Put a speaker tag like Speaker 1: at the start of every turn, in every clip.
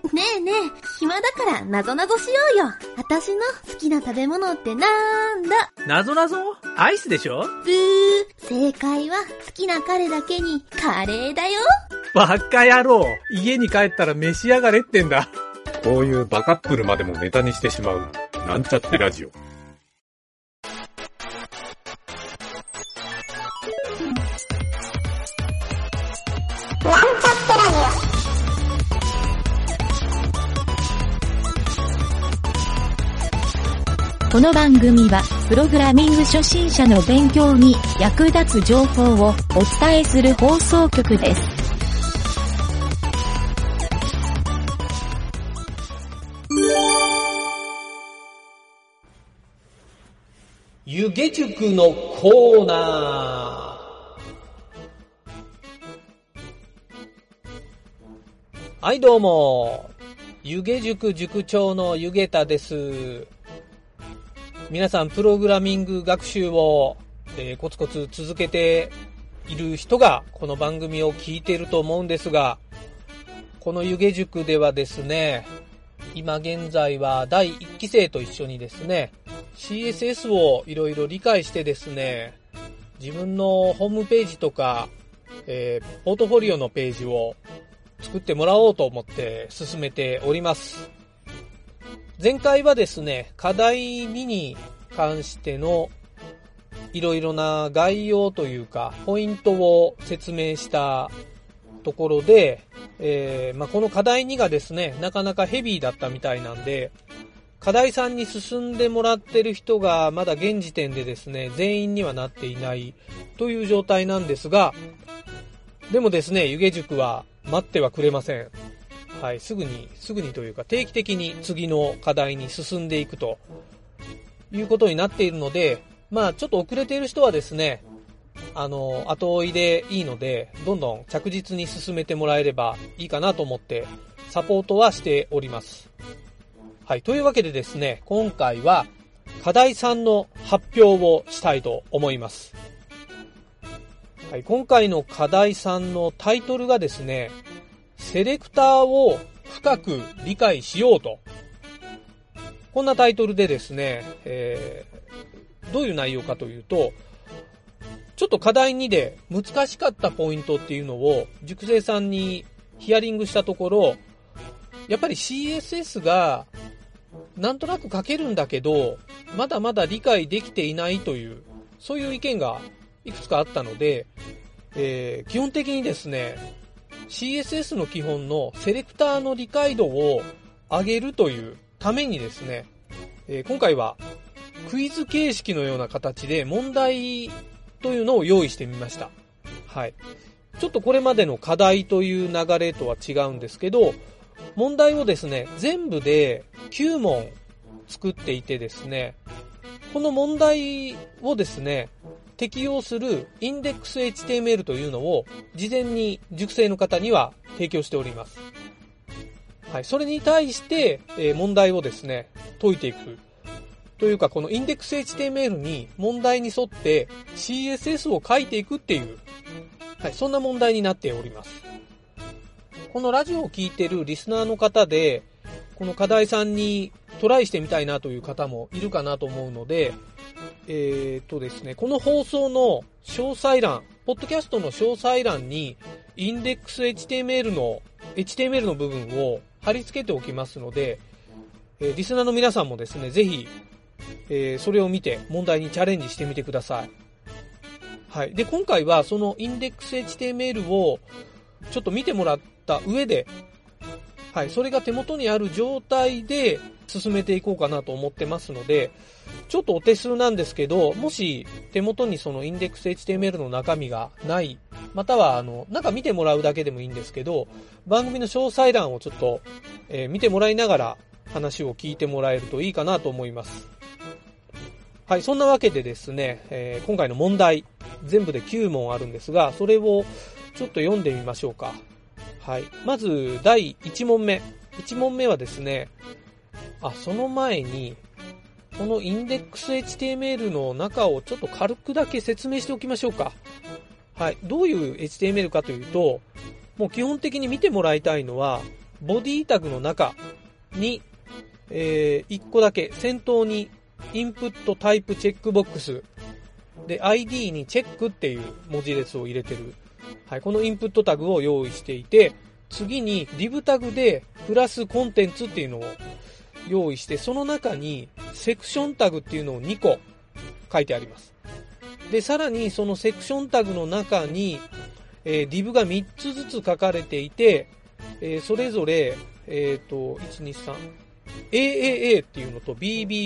Speaker 1: ねえねえ、暇だからなぞなぞしようよ。私の好きな食べ物ってなんだ？
Speaker 2: なぞなぞ？アイスでしょ？
Speaker 1: ブー。正解は好きな彼だけにカレーだよ。
Speaker 2: バカ野郎。家に帰ったら召し上がれってんだ。
Speaker 3: こういうバカップルまでもネタにしてしまうなんちゃってラジオ。
Speaker 4: この番組はプログラミング初心者の勉強に役立つ情報をお伝えする放送局です。
Speaker 2: 湯気塾のコーナー。はいどうも、湯気塾塾長の湯気田です。皆さんプログラミング学習を、コツコツ続けている人がこの番組を聞いていると思うんですが、この湯気塾ではですね、今現在は第1期生と一緒にですね、CSS をいろいろ理解してですね、自分のホームページとか、ポートフォリオのページを作ってもらおうと思って進めております。前回はですね、課題2に関してのいろいろな概要というかポイントを説明したところで、この課題2がですね、なかなかヘビーだったみたいなんで、課題3に進んでもらってる人がまだ現時点でですね、全員にはなっていないという状態なんですが、でもですね、湯気塾は待ってはくれません。はい、すぐにというか定期的に次の課題に進んでいくということになっているので、ちょっと遅れている人はですね、後追いでいいので、どんどん着実に進めてもらえればいいかなと思ってサポートはしております。はい、というわけでですね、今回は課題3の発表をしたいと思います。はい、今回の課題3のタイトルがですね、セレクターを深く理解しようと。こんなタイトルでですね、どういう内容かというと、ちょっと課題2で難しかったポイントっていうのを塾生さんにヒアリングしたところ、やっぱり CSS がなんとなく書けるんだけど、まだまだ理解できていないという、そういう意見がいくつかあったので、基本的にですね、CSS の基本のセレクターの理解度を上げるというためにですね、今回はクイズ形式のような形で問題というのを用意してみました。はい。ちょっとこれまでの課題という流れとは違うんですけど、問題をですね、全部で9問作っていてですね、この問題をですね、適用するインデックス HTML というのを事前に塾生の方には提供しております。はい、それに対して、問題をですね、解いていく。というか、このインデックス HTML に問題に沿って CSS を書いていくっていう、はい、そんな問題になっております。このラジオを聞いているリスナーの方で、この課題さんにトライしてみたいなという方もいるかなと思うので、ですね、この放送の詳細欄、ポッドキャストの詳細欄に、インデックス HTML の部分を貼り付けておきますので、リスナーの皆さんもですね、ぜひ、それを見て問題にチャレンジしてみてください。はい。で、今回はそのインデックス HTML をちょっと見てもらった上で、はい、それが手元にある状態で進めていこうかなと思ってますので、ちょっとお手数なんですけど、もし手元にそのインデックス HTML の中身がない、またはなんか見てもらうだけでもいいんですけど、番組の詳細欄をちょっと、見てもらいながら話を聞いてもらえるといいかなと思います。はい、そんなわけでですね、今回の問題、全部で9問あるんですが、それをちょっと読んでみましょうか。はい。まず、第1問目。1問目はですね、その前に、このインデックス HTML の中をちょっと軽くだけ説明しておきましょうか。はい。どういう HTML かというと、もう基本的に見てもらいたいのは、 ボディタグの中に、1個だけ先頭にインプットタイプチェックボックスで ID にチェックっていう文字列を入れてる、はい、このインプットタグを用意していて、次に div タグでプラスコンテンツっていうのを用意して、その中にセクションタグっていうのを2個書いてあります。で、さらにそのセクションタグの中に、div が3つずつ書かれていて、それぞれ、1、2、3、AAA っていうのと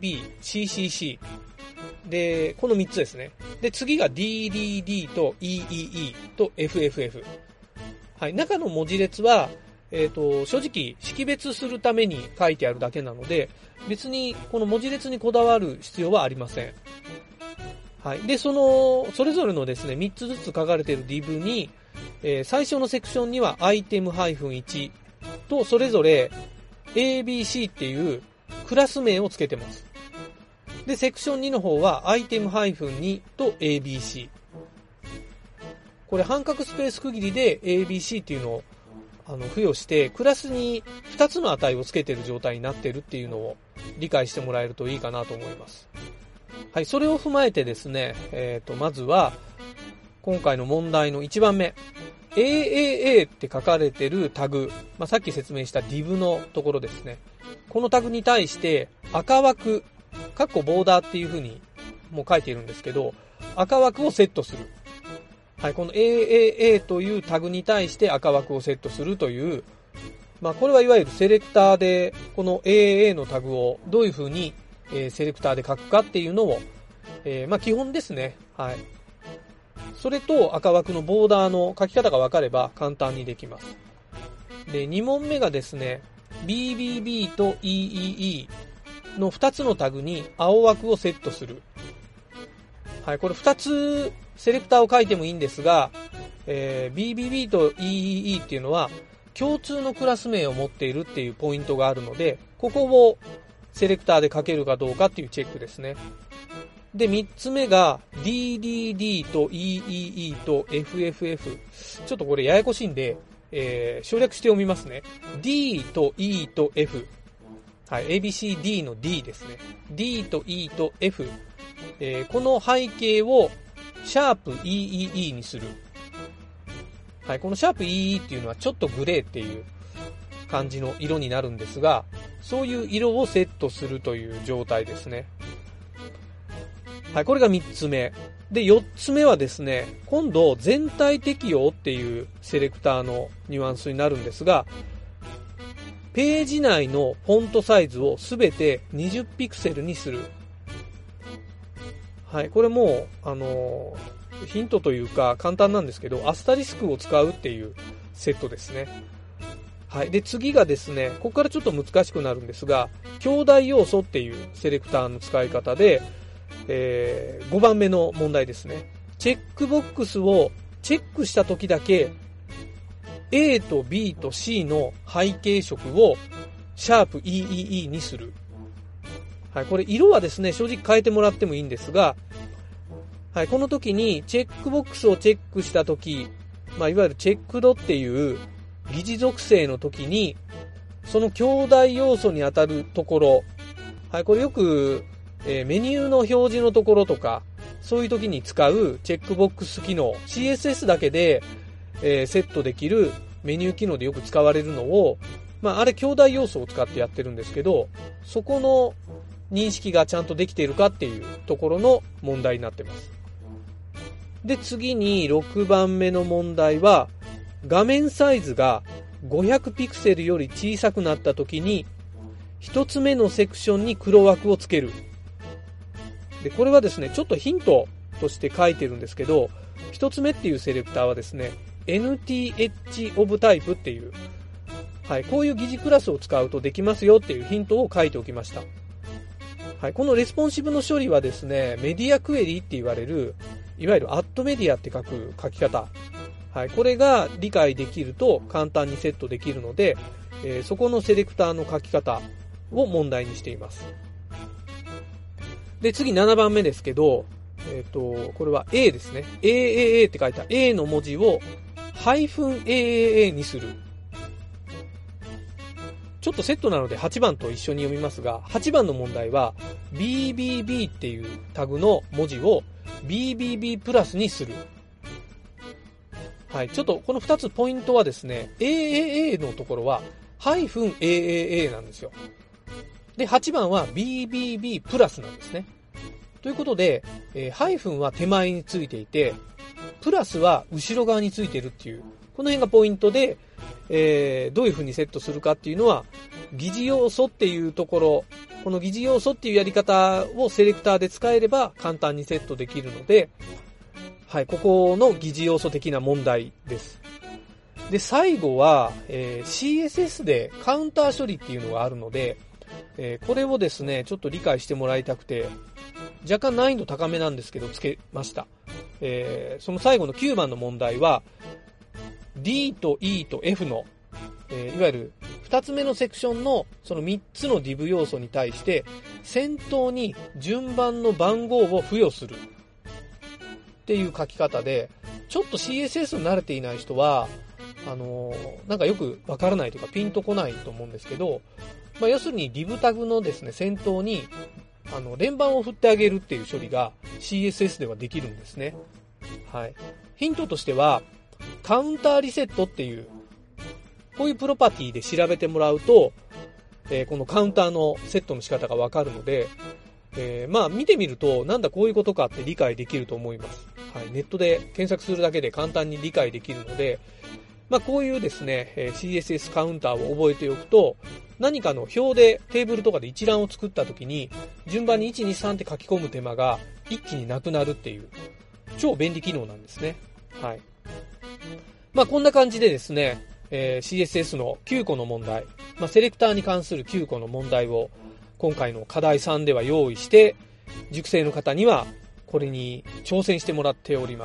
Speaker 2: BBB、CCC。で、この3つですね。で、次が DDD と EEE と FFF。はい、中の文字列は、正直識別するために書いてあるだけなので、別にこの文字列にこだわる必要はありません。はい。で、それぞれのですね、3つずつ書かれている div に、最初のセクションにはアイテム -1 と、それぞれ ABC っていうクラス名をつけてます。で、セクション2の方はアイテム -2 と ABC。これ半角スペース区切りで ABC っていうのを付与して、クラスに2つの値をつけている状態になっているっていうのを理解してもらえるといいかなと思います。はい、それを踏まえてですね、まずは、今回の問題の1番目。AAA って書かれてるタグ、さっき説明した div のところですね。このタグに対して赤枠、ボーダーっていう風にもう書いているんですけど、赤枠をセットする。はい、この AAA というタグに対して赤枠をセットするという、これはいわゆるセレクターで、この AAA のタグをどういう風にセレクターで書くかっていうのを、基本ですね。はい。それと赤枠のボーダーの書き方が分かれば簡単にできます。で、2問目がですね、BBB と EEE の2つのタグに青枠をセットする。はい、これ2つセレクターを書いてもいいんですが、BBB と EEE っていうのは共通のクラス名を持っているっていうポイントがあるので、ここをセレクターで書けるかどうかっていうチェックですね。で、3つ目が DDD と EEE と FFF。ちょっとこれややこしいんで、省略して読みますね。D と E と F。はい、ABCD の D ですね。D と E と F。この背景をシャープ EEE にする。はい、このシャープ EE っていうのはちょっとグレーっていう感じの色になるんですが、そういう色をセットするという状態ですね。はい、これが3つ目。で、4つ目はですね、今度全体適用っていうセレクターのニュアンスになるんですが、ページ内のフォントサイズをすべて20ピクセルにする。はい、これもヒントというか簡単なんですけど、アスタリスクを使うっていうセットですね。はい。で、次がですね、ここからちょっと難しくなるんですが、兄弟要素っていうセレクターの使い方で、5番目の問題ですね。チェックボックスをチェックした時だけ A と B と C の背景色をシャープ EEE にする。はい、これ色はですね、正直変えてもらってもいいんですが、はい、この時にチェックボックスをチェックした時、いわゆるチェックドっていう疑似属性の時に、その兄弟要素にあたるところ、はい、これよくメニューの表示のところとか、そういう時に使うチェックボックス機能、CSS だけで、セットできるメニュー機能でよく使われるのを、あれ兄弟要素を使ってやってるんですけど、そこの認識がちゃんとできているかっていうところの問題になってます。で、次に6番目の問題は、画面サイズが500ピクセルより小さくなった時に、1つ目のセクションに黒枠をつける。で、これはですね、ちょっとヒントとして書いてるんですけど、1つ目っていうセレクターはですね、NTH of type っていう、はい、こういう疑似クラスを使うとできますよっていうヒントを書いておきました。はい、このレスポンシブの処理はですね、メディアクエリって言われる、いわゆるアットメディアって書き方。はい、これが理解できると簡単にセットできるので、そこのセレクターの書き方を問題にしています。で、次7番目ですけど、これは A ですね。AAA って書いた A の文字を-AAA にする。 ちょっとセットなので8番と一緒に読みますが、8番の問題は BBB っていうタグの文字を BBB プラスにする。はい、ちょっとこの2つポイントはですね、AAA のところは-AAA なんですよ。で、8番は BBB プラスなんですね。ということで、ハイフンは手前についていて、プラスは後ろ側についているっていう、この辺がポイントで、どういう風にセットするかっていうのは、疑似要素っていうところ、この疑似要素っていうやり方をセレクターで使えれば簡単にセットできるので、はい、ここの疑似要素的な問題です。で、最後は、CSS でカウンター処理っていうのがあるので、これをですね、ちょっと理解してもらいたくて、若干難易度高めなんですけど、つけました。その最後の9番の問題は、D と E と F の、いわゆる2つ目のセクションのその3つの div 要素に対して、先頭に順番の番号を付与するっていう書き方で、ちょっと CSS に慣れていない人は、なんかよくわからないというかピンとこないと思うんですけど、要するに div タグのですね、先頭に連番を振ってあげるっていう処理が CSS ではできるんですね。はい。ヒントとしては、カウンターリセットっていう、こういうプロパティで調べてもらうと、このカウンターのセットの仕方がわかるので、見てみると、なんだこういうことかって理解できると思います。はい。ネットで検索するだけで簡単に理解できるので、こういうですね、CSS カウンターを覚えておくと、何かの表でテーブルとかで一覧を作った時に順番に1、2、3って書き込む手間が一気になくなるっていう超便利機能なんですね。はい。こんな感じでですね、CSS の9個の問題、セレクターに関する9個の問題を今回の課題3では用意して、塾生の方にはこれに挑戦してもらっております。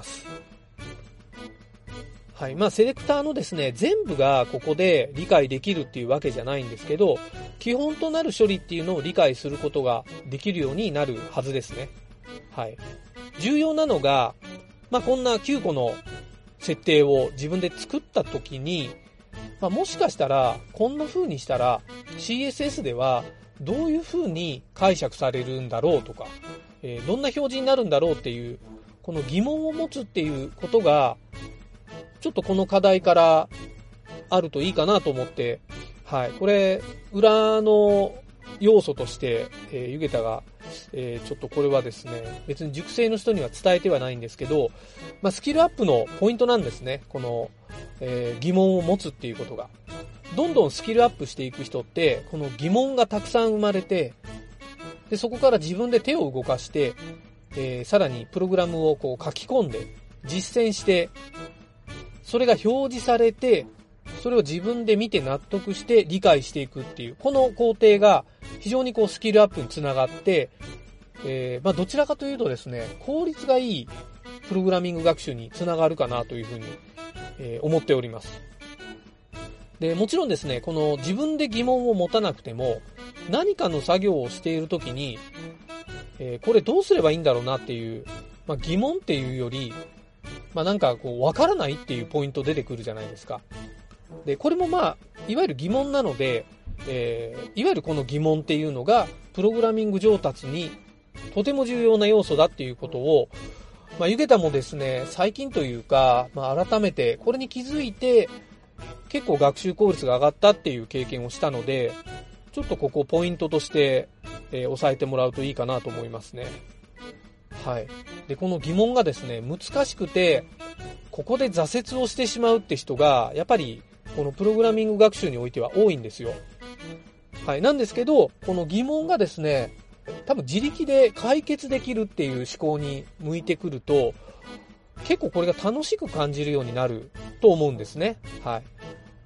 Speaker 2: はい。セレクターのですね、全部がここで理解できるっていうわけじゃないんですけど、基本となる処理っていうのを理解することができるようになるはずですね。はい。重要なのが、こんな9個の設定を自分で作った時に、もしかしたら、こんな風にしたら CSS ではどういう風に解釈されるんだろうとか、どんな表示になるんだろうっていう、この疑問を持つっていうことが、ちょっとこの課題からあるといいかなと思って、はい。これ、裏の要素として、ゆげたが、ちょっとこれはですね、別に塾生の人には伝えてはないんですけど、スキルアップのポイントなんですね。この、疑問を持つっていうことが。どんどんスキルアップしていく人って、この疑問がたくさん生まれて、で、そこから自分で手を動かして、さらにプログラムをこう書き込んで、実践して、それが表示されて、それを自分で見て納得して理解していくっていう、この工程が非常にこうスキルアップにつながって、どちらかというとですね、効率がいいプログラミング学習につながるかなというふうに、思っております。で、もちろんですね、この自分で疑問を持たなくても、何かの作業をしているときに、これどうすればいいんだろうなっていう、疑問っていうより、なんかこうわからないっていうポイント出てくるじゃないですか。で、これもいわゆる疑問なので、いわゆるこの疑問っていうのがプログラミング上達にとても重要な要素だっていうことを、ゆげたもですね、最近というか、改めてこれに気づいて結構学習効率が上がったっていう経験をしたので、ちょっとここポイントとして、押さえてもらうといいかなと思いますね。はい。で、この疑問がですね、難しくて、ここで挫折をしてしまうって人が、やっぱり、このプログラミング学習においては多いんですよ。はい。なんですけど、この疑問がですね、多分自力で解決できるっていう思考に向いてくると、結構これが楽しく感じるようになると思うんですね。はい。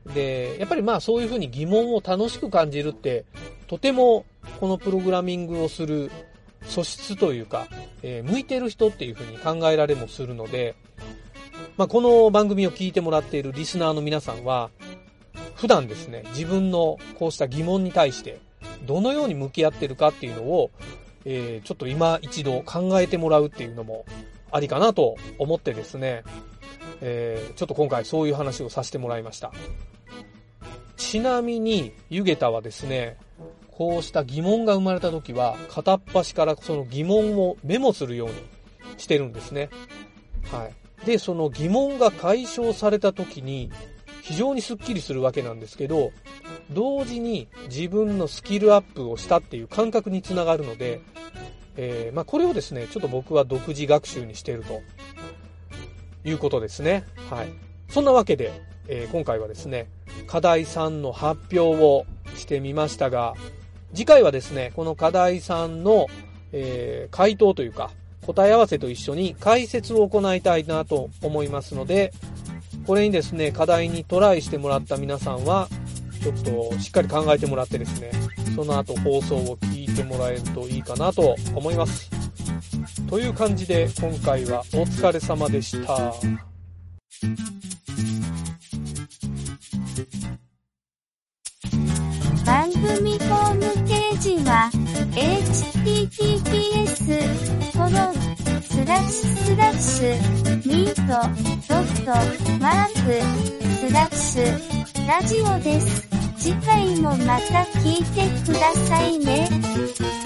Speaker 2: で、やっぱりそういうふうに疑問を楽しく感じるって、とてもこのプログラミングをする素質というか、向いてる人っていうふうに考えられもするので、この番組を聞いてもらっているリスナーの皆さんは、普段ですね、自分のこうした疑問に対して、どのように向き合ってるかっていうのを、ちょっと今一度考えてもらうっていうのもありかなと思ってですね、ちょっと今回そういう話をさせてもらいました。 ちなみに湯桁はですね、こうした疑問が生まれた時は片っ端からその疑問をメモするようにしてるんですね。はい。で、その疑問が解消された時に非常にスッキリするわけなんですけど、同時に自分のスキルアップをしたっていう感覚につながるので、これをですね、ちょっと僕は独自学習にしているということですね。はい。そんなわけで、今回はですね、課題3の発表をしてみましたが、次回はですね、この課題3の、回答というか、答え合わせと一緒に解説を行いたいなと思いますので、これにですね、課題にトライしてもらった皆さんは、ちょっとしっかり考えてもらってですね、その後放送を聞いてもらえるといいかなと思います。という感じで今回はお疲れ様でした。
Speaker 5: 番組ホームページは https://mint.mark/ラジオです。次回もまた聞いてくださいね。